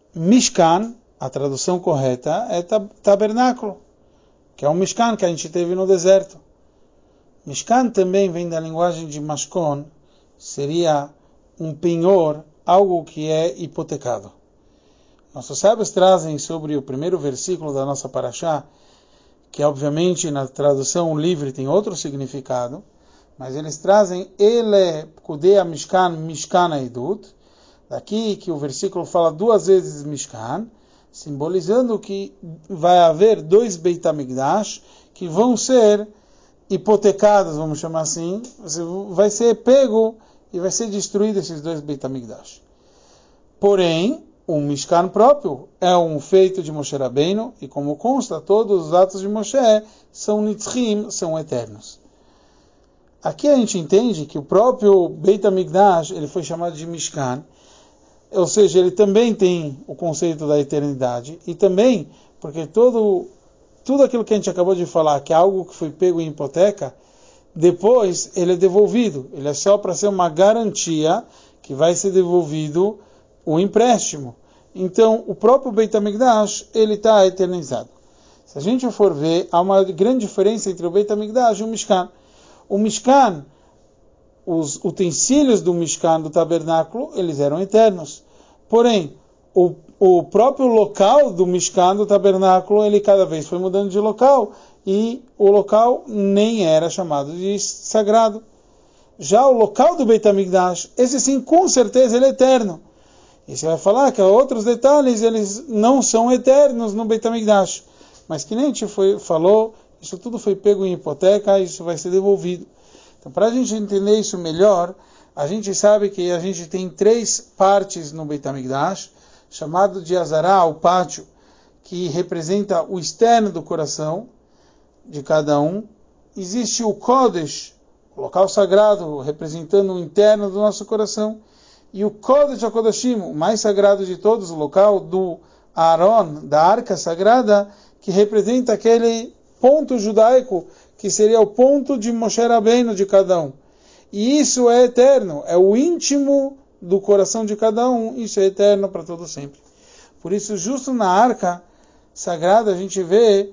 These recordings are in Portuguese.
Mishkan, a tradução correta, é tabernáculo, que é um Mishkan que a gente teve no deserto. Mishkan também vem da linguagem de Mashkon, seria um penhor, algo que é hipotecado. Nossos sábios trazem sobre o primeiro versículo da nossa Parashá, que obviamente na tradução livre tem outro significado, mas eles trazem Ele Kudea Mishkan, Mishkan Aidut, daqui que o versículo fala duas vezes Mishkan, simbolizando que vai haver dois Beit HaMikdash que vão ser hipotecados, vamos chamar assim, vai ser pego e vai ser destruído esses dois Beit HaMikdash. Porém, o Mishkan próprio é um feito de Moshe Rabbeinu, e como consta, todos os atos de Moshe são nitzchim, são eternos. Aqui a gente entende que o próprio Beit HaMikdash, ele foi chamado de Mishkan, ou seja, ele também tem o conceito da eternidade, e também, porque tudo aquilo que a gente acabou de falar, que é algo que foi pego em hipoteca, depois ele é devolvido. Ele é só para ser uma garantia que vai ser devolvido o empréstimo. Então, o próprio Beit HaMikdash, ele está eternizado. Se a gente for ver, há uma grande diferença entre o Beit HaMikdash e o Mishkan. O Mishkan, os utensílios do Mishkan, do tabernáculo, eles eram eternos. Porém, o próprio local do Mishkan, do tabernáculo, ele cada vez foi mudando de local, e o local nem era chamado de sagrado. Já o local do Beit HaMikdash, esse sim, com certeza, ele é eterno. E você vai falar que outros detalhes, eles não são eternos no Beit HaMikdash. Mas que nem a gente falou, isso tudo foi pego em hipoteca, isso vai ser devolvido. Então, para a gente entender isso melhor, a gente sabe que a gente tem três partes no Beit HaMikdash, chamado de Azará, o pátio, que representa o externo do coração de cada um. Existe o Kodesh, o local sagrado, representando o interno do nosso coração. E o Kodesh HaKodashim, o mais sagrado de todos, o local do Aaron, da arca sagrada, que representa aquele ponto judaico, que seria o ponto de Moshe Rabbeinu de cada um. E isso é eterno, é o íntimo do coração de cada um, isso é eterno para todo sempre. Por isso, justo na arca sagrada, a gente vê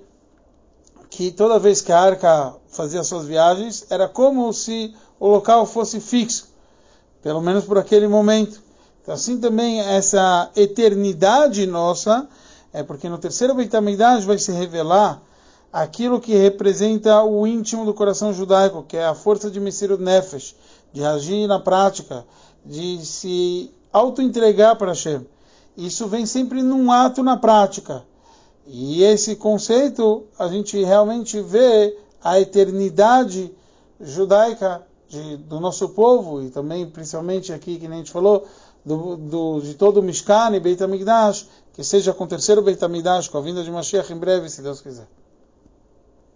que toda vez que a arca fazia suas viagens, era como se o local fosse fixo, pelo menos por aquele momento. Então, assim também essa eternidade nossa, é porque no terceiro Beit HaMikdash vai se revelar aquilo que representa o íntimo do coração judaico, que é a força de Mesirut Nefesh, de agir na prática, de se auto-entregar para Hashem. Isso vem sempre num ato na prática. E esse conceito, a gente realmente vê a eternidade judaica do nosso povo, e também, principalmente aqui, que nem a gente falou, de todo o Mishkan e Beit HaMikdash, que seja com o terceiro Beit HaMikdash, com a vinda de Mashiach em breve, se Deus quiser.